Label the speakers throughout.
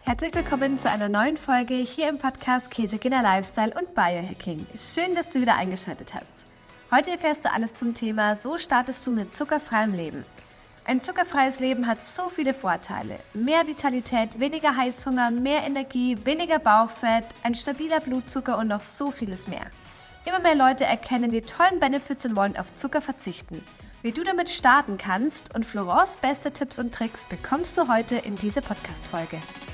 Speaker 1: Herzlich willkommen zu einer neuen Folge hier im Podcast Ketogener Lifestyle und Biohacking. Schön, dass du wieder eingeschaltet hast. Heute erfährst du alles zum Thema So startest du mit zuckerfreiem Leben. Ein zuckerfreies Leben hat so viele Vorteile. Mehr Vitalität, weniger Heißhunger, mehr Energie, weniger Bauchfett, ein stabiler Blutzucker und noch so vieles mehr. Immer mehr Leute erkennen die tollen Benefits und wollen auf Zucker verzichten. Wie du damit starten kannst und Florence beste Tipps und Tricks bekommst du heute in dieser Podcast-Folge.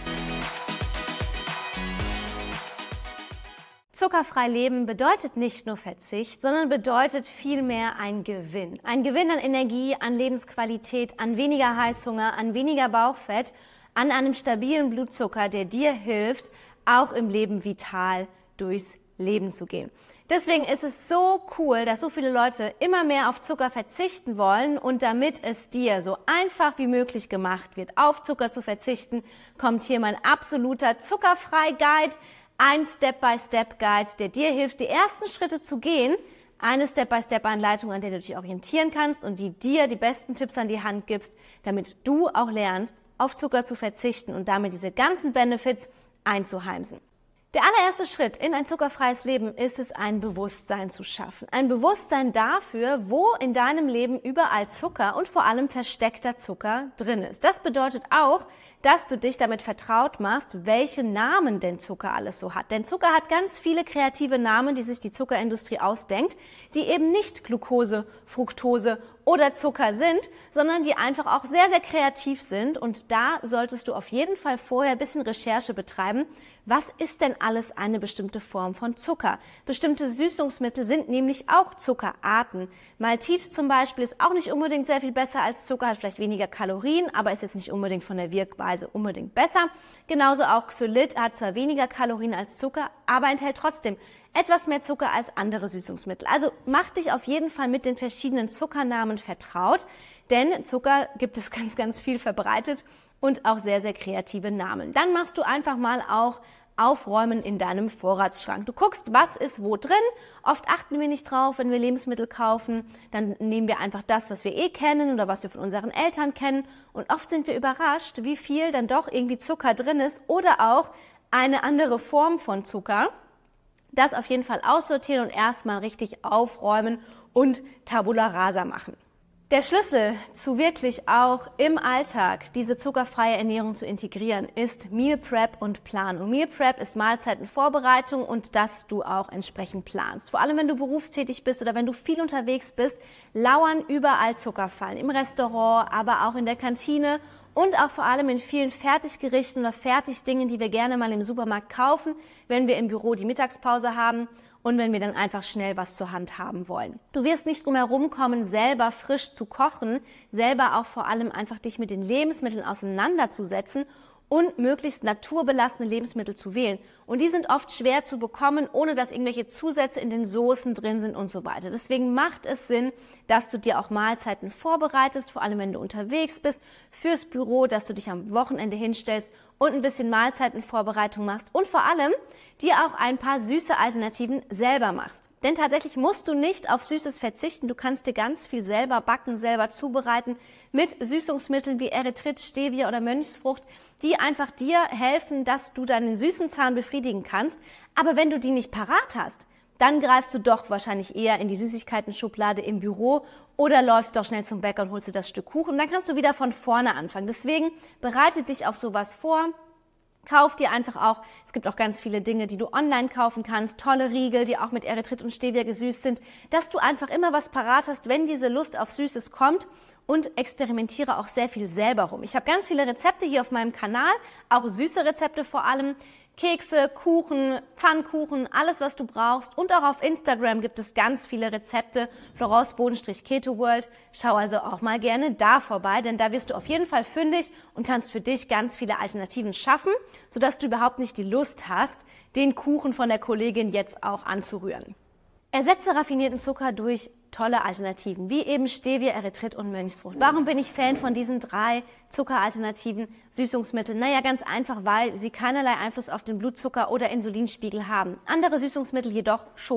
Speaker 2: Zuckerfrei leben bedeutet nicht nur Verzicht, sondern bedeutet vielmehr ein Gewinn. Ein Gewinn an Energie, an Lebensqualität, an weniger Heißhunger, an weniger Bauchfett, an einem stabilen Blutzucker, der dir hilft, auch im Leben vital durchs Leben zu gehen. Deswegen ist es so cool, dass so viele Leute immer mehr auf Zucker verzichten wollen und damit es dir so einfach wie möglich gemacht wird, auf Zucker zu verzichten, kommt hier mein absoluter Zuckerfrei-Guide, ein Step-by-Step-Guide, der dir hilft, die ersten Schritte zu gehen, eine Step-by-Step-Anleitung, an der du dich orientieren kannst und die dir die besten Tipps an die Hand gibst, damit du auch lernst, auf Zucker zu verzichten und damit diese ganzen Benefits einzuheimsen. Der allererste Schritt in ein zuckerfreies Leben ist es, ein Bewusstsein zu schaffen. Ein Bewusstsein dafür, wo in deinem Leben überall Zucker und vor allem versteckter Zucker drin ist. Das bedeutet auch, dass du dich damit vertraut machst, welche Namen denn Zucker alles so hat. Denn Zucker hat ganz viele kreative Namen, die sich die Zuckerindustrie ausdenkt, die eben nicht Glucose, Fructose oder Zucker sind, sondern die einfach auch sehr, sehr kreativ sind. Und da solltest du auf jeden Fall vorher ein bisschen Recherche betreiben. Was ist denn alles eine bestimmte Form von Zucker? Bestimmte Süßungsmittel sind nämlich auch Zuckerarten. Maltit zum Beispiel ist auch nicht unbedingt sehr viel besser als Zucker, hat vielleicht weniger Kalorien, aber ist jetzt nicht unbedingt von der Wirkweise unbedingt besser. Genauso auch Xylit hat zwar weniger Kalorien als Zucker, aber enthält trotzdem etwas mehr Zucker als andere Süßungsmittel. Also mach dich auf jeden Fall mit den verschiedenen Zuckernamen vertraut, denn Zucker gibt es ganz, ganz viel verbreitet und auch sehr, sehr kreative Namen. Dann machst du einfach mal auch Aufräumen in deinem Vorratsschrank. Du guckst, was ist wo drin. Oft achten wir nicht drauf, wenn wir Lebensmittel kaufen. Dann nehmen wir einfach das, was wir kennen oder was wir von unseren Eltern kennen. Und oft sind wir überrascht, wie viel dann doch irgendwie Zucker drin ist oder auch eine andere Form von Zucker. Das auf jeden Fall aussortieren und erstmal richtig aufräumen und Tabula rasa machen. Der Schlüssel zu wirklich auch im Alltag diese zuckerfreie Ernährung zu integrieren, ist Meal Prep und Planung. Meal Prep ist Mahlzeitenvorbereitung und dass du auch entsprechend planst. Vor allem, wenn du berufstätig bist oder wenn du viel unterwegs bist, lauern überall Zuckerfallen. Im Restaurant, aber auch in der Kantine und auch vor allem in vielen Fertiggerichten oder Fertigdingen, die wir gerne mal im Supermarkt kaufen, wenn wir im Büro die Mittagspause haben und wenn wir dann einfach schnell was zur Hand haben wollen. Du wirst nicht drum herum kommen, selber frisch zu kochen, selber auch vor allem einfach dich mit den Lebensmitteln auseinanderzusetzen und möglichst naturbelassene Lebensmittel zu wählen. Und die sind oft schwer zu bekommen, ohne dass irgendwelche Zusätze in den Soßen drin sind und so weiter. Deswegen macht es Sinn, dass du dir auch Mahlzeiten vorbereitest, vor allem wenn du unterwegs bist, fürs Büro, dass du dich am Wochenende hinstellst und ein bisschen Mahlzeitenvorbereitung machst und vor allem dir auch ein paar süße Alternativen selber machst. Denn tatsächlich musst du nicht auf Süßes verzichten. Du kannst dir ganz viel selber backen, selber zubereiten mit Süßungsmitteln wie Erythrit, Stevia oder Mönchsfrucht, die einfach dir helfen, dass du deinen süßen Zahn befriedigen kannst. Aber wenn du die nicht parat hast, dann greifst du doch wahrscheinlich eher in die Süßigkeiten-Schublade im Büro oder läufst doch schnell zum Bäcker und holst dir das Stück Kuchen. Und dann kannst du wieder von vorne anfangen. Deswegen bereite dich auf sowas vor. Kauf dir einfach auch, es gibt auch ganz viele Dinge, die du online kaufen kannst, tolle Riegel, die auch mit Erythrit und Stevia gesüßt sind, dass du einfach immer was parat hast, wenn diese Lust auf Süßes kommt und experimentiere auch sehr viel selber rum. Ich habe ganz viele Rezepte hier auf meinem Kanal, auch süße Rezepte vor allem, Kekse, Kuchen, Pfannkuchen, alles was du brauchst und auch auf Instagram gibt es ganz viele Rezepte, Florence_KetoWorld. Schau also auch mal gerne da vorbei, denn da wirst du auf jeden Fall fündig und kannst für dich ganz viele Alternativen schaffen, sodass du überhaupt nicht die Lust hast, den Kuchen von der Kollegin jetzt auch anzurühren. Ersetze raffinierten Zucker durch tolle Alternativen, wie eben Stevia, Erythrit und Mönchsfrucht. Warum bin ich Fan von diesen 3 Zuckeralternativen, Süßungsmitteln? Naja, ganz einfach, weil sie keinerlei Einfluss auf den Blutzucker- oder Insulinspiegel haben. Andere Süßungsmittel jedoch schon.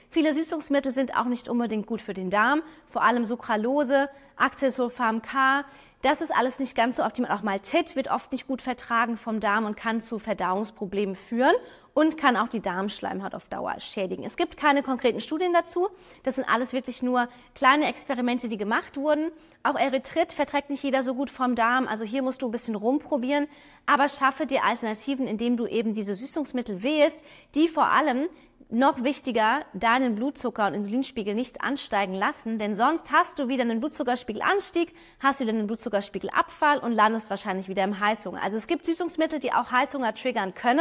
Speaker 2: Viele Süßungsmittel sind auch nicht unbedingt gut für den Darm, vor allem Sucralose, Acetylsulfam K. Das ist alles nicht ganz so optimal. Auch Maltit wird oft nicht gut vertragen vom Darm und kann zu Verdauungsproblemen führen und kann auch die Darmschleimhaut auf Dauer schädigen. Es gibt keine konkreten Studien dazu. Das sind alles wirklich nur kleine Experimente, die gemacht wurden. Auch Erythrit verträgt nicht jeder so gut vom Darm. Also hier musst du ein bisschen rumprobieren. Aber schaffe dir Alternativen, indem du eben diese Süßungsmittel wählst, die vor allem noch wichtiger, deinen Blutzucker und Insulinspiegel nicht ansteigen lassen, denn sonst hast du wieder einen Blutzuckerspiegelanstieg, hast wieder einen Blutzuckerspiegelabfall und landest wahrscheinlich wieder im Heißhunger. Also es gibt Süßungsmittel, die auch Heißhunger triggern können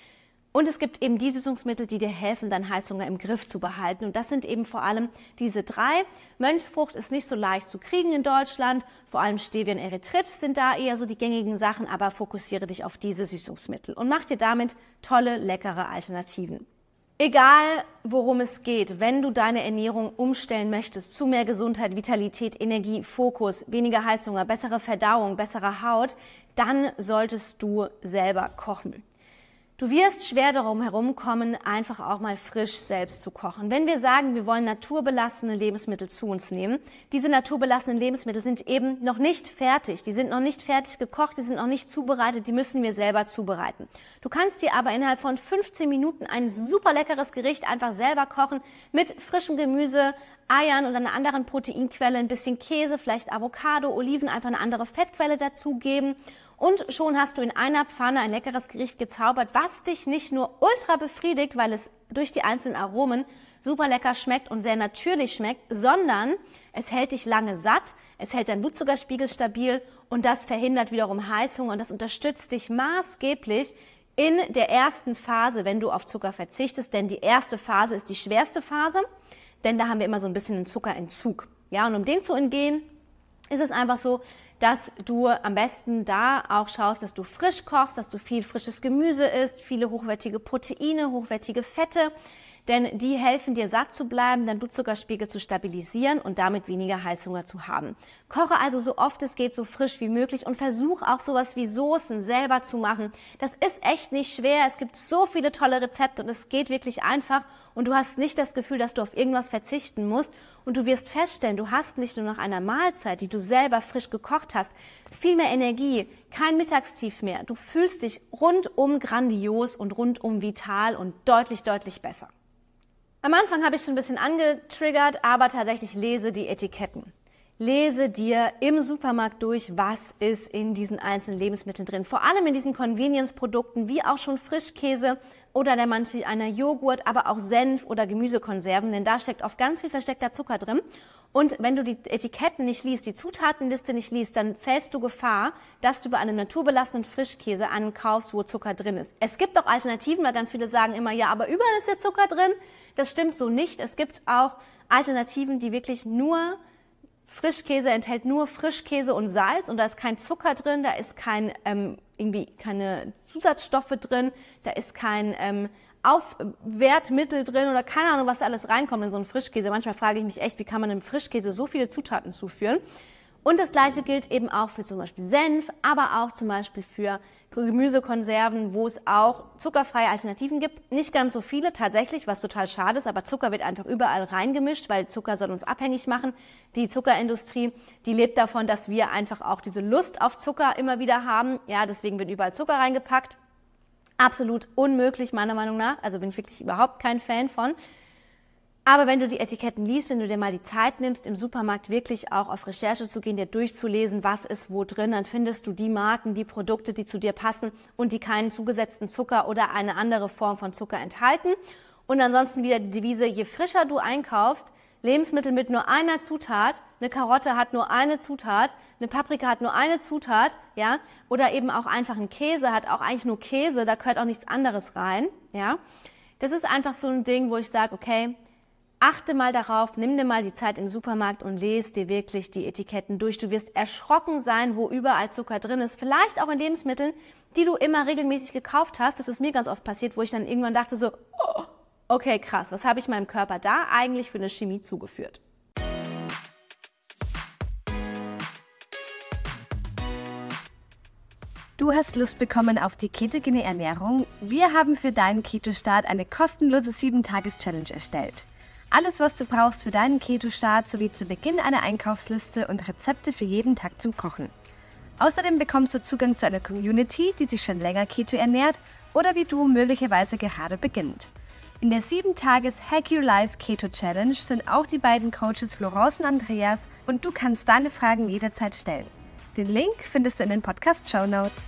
Speaker 2: und es gibt eben die Süßungsmittel, die dir helfen, deinen Heißhunger im Griff zu behalten und das sind eben vor allem diese 3. Mönchsfrucht ist nicht so leicht zu kriegen in Deutschland, vor allem Stevia und Erythrit sind da eher so die gängigen Sachen, aber fokussiere dich auf diese Süßungsmittel und mach dir damit tolle, leckere Alternativen. Egal, worum es geht, wenn du deine Ernährung umstellen möchtest zu mehr Gesundheit, Vitalität, Energie, Fokus, weniger Heißhunger, bessere Verdauung, bessere Haut, dann solltest du selber kochen. Du wirst schwer darum herumkommen, einfach auch mal frisch selbst zu kochen. Wenn wir sagen, wir wollen naturbelassene Lebensmittel zu uns nehmen, diese naturbelassenen Lebensmittel sind eben noch nicht fertig. Die sind noch nicht fertig gekocht, die sind noch nicht zubereitet, die müssen wir selber zubereiten. Du kannst dir aber innerhalb von 15 Minuten ein super leckeres Gericht einfach selber kochen mit frischem Gemüse, Eiern und einer anderen Proteinquelle, ein bisschen Käse, vielleicht Avocado, Oliven, einfach eine andere Fettquelle dazugeben. Und schon hast du in einer Pfanne ein leckeres Gericht gezaubert, was dich nicht nur ultra befriedigt, weil es durch die einzelnen Aromen super lecker schmeckt und sehr natürlich schmeckt, sondern es hält dich lange satt, es hält deinen Blutzuckerspiegel stabil und das verhindert wiederum Heißhunger und das unterstützt dich maßgeblich in der ersten Phase, wenn du auf Zucker verzichtest, denn die erste Phase ist die schwerste Phase, denn da haben wir immer so ein bisschen einen Zuckerentzug. Ja, und um den zu entgehen, ist es einfach so, dass du am besten da auch schaust, dass du frisch kochst, dass du viel frisches Gemüse isst, viele hochwertige Proteine, hochwertige Fette, denn die helfen dir satt zu bleiben, deinen Blutzuckerspiegel zu stabilisieren und damit weniger Heißhunger zu haben. Koche also so oft es geht, so frisch wie möglich und versuch auch sowas wie Soßen selber zu machen. Das ist echt nicht schwer, es gibt so viele tolle Rezepte und es geht wirklich einfach und du hast nicht das Gefühl, dass du auf irgendwas verzichten musst und du wirst feststellen, du hast nicht nur nach einer Mahlzeit, die du selber frisch gekocht hast, viel mehr Energie, kein Mittagstief mehr. Du fühlst dich rundum grandios und rundum vital und deutlich, deutlich besser. Am Anfang habe ich schon ein bisschen angetriggert, aber tatsächlich lese die Etiketten. Lese dir im Supermarkt durch, was ist in diesen einzelnen Lebensmitteln drin. Vor allem in diesen Convenience-Produkten, wie auch schon Frischkäse oder der manche einer Joghurt, aber auch Senf oder Gemüsekonserven, denn da steckt oft ganz viel versteckter Zucker drin. Und wenn du die Etiketten nicht liest, die Zutatenliste nicht liest, dann fällst du Gefahr, dass du bei einem naturbelassenen Frischkäse einen kaufst, wo Zucker drin ist. Es gibt auch Alternativen, weil ganz viele sagen immer, ja, aber überall ist ja Zucker drin. Das stimmt so nicht. Es gibt auch Alternativen, die wirklich nur Frischkäse enthält nur Frischkäse und Salz und da ist kein Zucker drin, da ist keine Zusatzstoffe drin, da ist kein Aufwertmittel drin oder keine Ahnung, was da alles reinkommt in so einen Frischkäse. Manchmal frage ich mich echt, wie kann man einem Frischkäse so viele Zutaten zuführen? Und das Gleiche gilt eben auch für zum Beispiel Senf, aber auch zum Beispiel für Gemüsekonserven, wo es auch zuckerfreie Alternativen gibt. Nicht ganz so viele tatsächlich, was total schade ist, aber Zucker wird einfach überall reingemischt, weil Zucker soll uns abhängig machen. Die Zuckerindustrie, die lebt davon, dass wir einfach auch diese Lust auf Zucker immer wieder haben. Ja, deswegen wird überall Zucker reingepackt. Absolut unmöglich, meiner Meinung nach. Also bin ich wirklich überhaupt kein Fan von. Aber wenn du die Etiketten liest, wenn du dir mal die Zeit nimmst, im Supermarkt wirklich auch auf Recherche zu gehen, dir durchzulesen, was ist wo drin, dann findest du die Marken, die Produkte, die zu dir passen und die keinen zugesetzten Zucker oder eine andere Form von Zucker enthalten. Und ansonsten wieder die Devise, je frischer du einkaufst, Lebensmittel mit nur einer Zutat, eine Karotte hat nur eine Zutat, eine Paprika hat nur eine Zutat, ja, oder eben auch einfach ein Käse hat auch eigentlich nur Käse, da gehört auch nichts anderes rein, ja. Das ist einfach so ein Ding, wo ich sage, okay, achte mal darauf, nimm dir mal die Zeit im Supermarkt und lese dir wirklich die Etiketten durch. Du wirst erschrocken sein, wo überall Zucker drin ist. Vielleicht auch in Lebensmitteln, die du immer regelmäßig gekauft hast. Das ist mir ganz oft passiert, wo ich dann irgendwann dachte so, oh, okay, krass, was habe ich meinem Körper da eigentlich für eine Chemie zugeführt?
Speaker 1: Du hast Lust bekommen auf die ketogene Ernährung? Wir haben für deinen Keto-Start eine kostenlose 7-Tages-Challenge erstellt. Alles, was du brauchst für deinen Keto-Start sowie zu Beginn einer Einkaufsliste und Rezepte für jeden Tag zum Kochen. Außerdem bekommst du Zugang zu einer Community, die sich schon länger Keto ernährt oder wie du möglicherweise gerade beginnt. In der 7-Tages-Hack Your Life Keto Challenge sind auch die beiden Coaches Florence und Andreas und du kannst deine Fragen jederzeit stellen. Den Link findest du in den Podcast-Shownotes.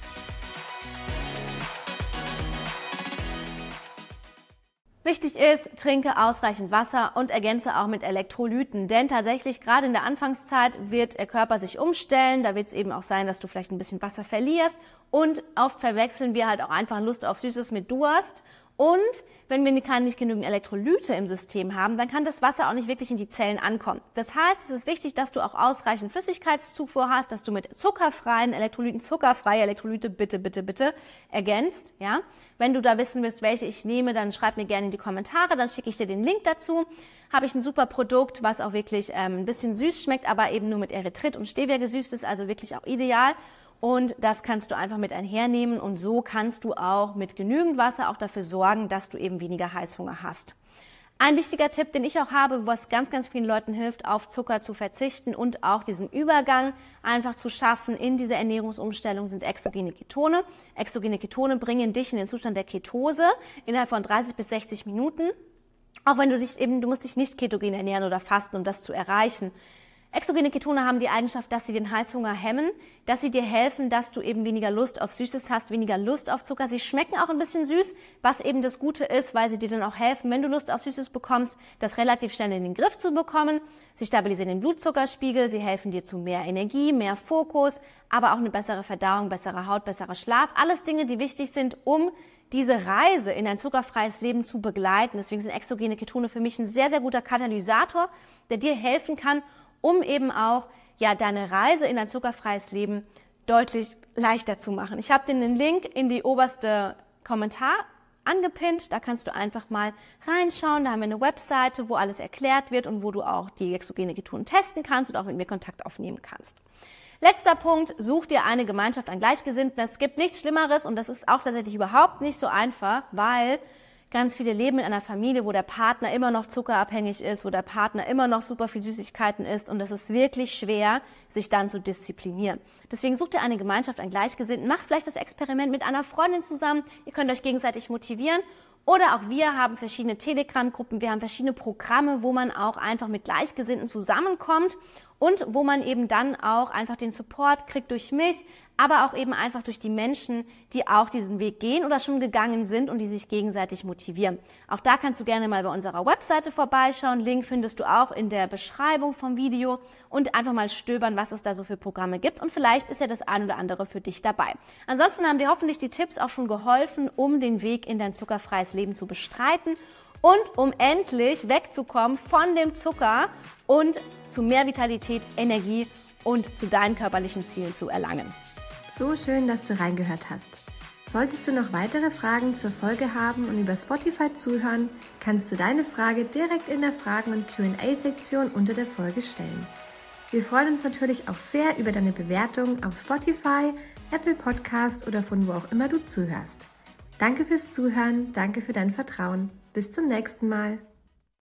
Speaker 2: Wichtig ist, trinke ausreichend Wasser und ergänze auch mit Elektrolyten, denn tatsächlich gerade in der Anfangszeit wird der Körper sich umstellen, da wird es eben auch sein, dass du vielleicht ein bisschen Wasser verlierst und oft verwechseln wir halt auch einfach Lust auf Süßes mit Durst. Und wenn wir nicht genügend Elektrolyte im System haben, dann kann das Wasser auch nicht wirklich in die Zellen ankommen. Das heißt, es ist wichtig, dass du auch ausreichend Flüssigkeitszufuhr hast, dass du mit zuckerfreie Elektrolyte bitte ergänzt. Ja? Wenn du da wissen willst, welche ich nehme, dann schreib mir gerne in die Kommentare, dann schicke ich dir den Link dazu. Habe ich ein super Produkt, was auch wirklich ein bisschen süß schmeckt, aber eben nur mit Erythrit und Stevia gesüßt ist, also wirklich auch ideal. Und das kannst du einfach mit einhernehmen und so kannst du auch mit genügend Wasser auch dafür sorgen, dass du eben weniger Heißhunger hast. Ein wichtiger Tipp, den ich auch habe, was ganz, ganz vielen Leuten hilft, auf Zucker zu verzichten und auch diesen Übergang einfach zu schaffen in diese Ernährungsumstellung, sind exogene Ketone. Exogene Ketone bringen dich in den Zustand der Ketose innerhalb von 30 bis 60 Minuten. Auch wenn du musst dich nicht ketogen ernähren oder fasten, um das zu erreichen. Exogene Ketone haben die Eigenschaft, dass sie den Heißhunger hemmen, dass sie dir helfen, dass du eben weniger Lust auf Süßes hast, weniger Lust auf Zucker. Sie schmecken auch ein bisschen süß, was eben das Gute ist, weil sie dir dann auch helfen, wenn du Lust auf Süßes bekommst, das relativ schnell in den Griff zu bekommen. Sie stabilisieren den Blutzuckerspiegel, sie helfen dir zu mehr Energie, mehr Fokus, aber auch eine bessere Verdauung, bessere Haut, besserer Schlaf. Alles Dinge, die wichtig sind, um diese Reise in ein zuckerfreies Leben zu begleiten. Deswegen sind exogene Ketone für mich ein sehr, sehr guter Katalysator, der dir helfen kann, um eben auch deine Reise in ein zuckerfreies Leben deutlich leichter zu machen. Ich habe dir den Link in die oberste Kommentar angepinnt. Da kannst du einfach mal reinschauen. Da haben wir eine Webseite, wo alles erklärt wird und wo du auch die exogene Ketone testen kannst und auch mit mir Kontakt aufnehmen kannst. Letzter Punkt, such dir eine Gemeinschaft an Gleichgesinnten. Es gibt nichts Schlimmeres und das ist auch tatsächlich überhaupt nicht so einfach, weil ganz viele leben in einer Familie, wo der Partner immer noch zuckerabhängig ist, wo der Partner immer noch super viel Süßigkeiten isst und das ist wirklich schwer, sich dann zu disziplinieren. Deswegen such dir eine Gemeinschaft an Gleichgesinnten, mach vielleicht das Experiment mit einer Freundin zusammen, ihr könnt euch gegenseitig motivieren. Oder auch wir haben verschiedene Telegram-Gruppen, wir haben verschiedene Programme, wo man auch einfach mit Gleichgesinnten zusammenkommt und wo man eben dann auch einfach den Support kriegt durch mich, aber auch eben einfach durch die Menschen, die auch diesen Weg gehen oder schon gegangen sind und die sich gegenseitig motivieren. Auch da kannst du gerne mal bei unserer Webseite vorbeischauen. Link findest du auch in der Beschreibung vom Video und einfach mal stöbern, was es da so für Programme gibt und vielleicht ist ja das ein oder andere für dich dabei. Ansonsten haben dir hoffentlich die Tipps auch schon geholfen, um den Weg in dein zuckerfreies Leben zu bestreiten und um endlich wegzukommen von dem Zucker und zu mehr Vitalität, Energie und zu deinen körperlichen Zielen zu erlangen.
Speaker 1: So schön, dass du reingehört hast. Solltest du noch weitere Fragen zur Folge haben und über Spotify zuhören, kannst du deine Frage direkt in der Fragen- und Q&A-Sektion unter der Folge stellen. Wir freuen uns natürlich auch sehr über deine Bewertung auf Spotify, Apple Podcast oder von wo auch immer du zuhörst. Danke fürs Zuhören, danke für dein Vertrauen. Bis zum nächsten Mal.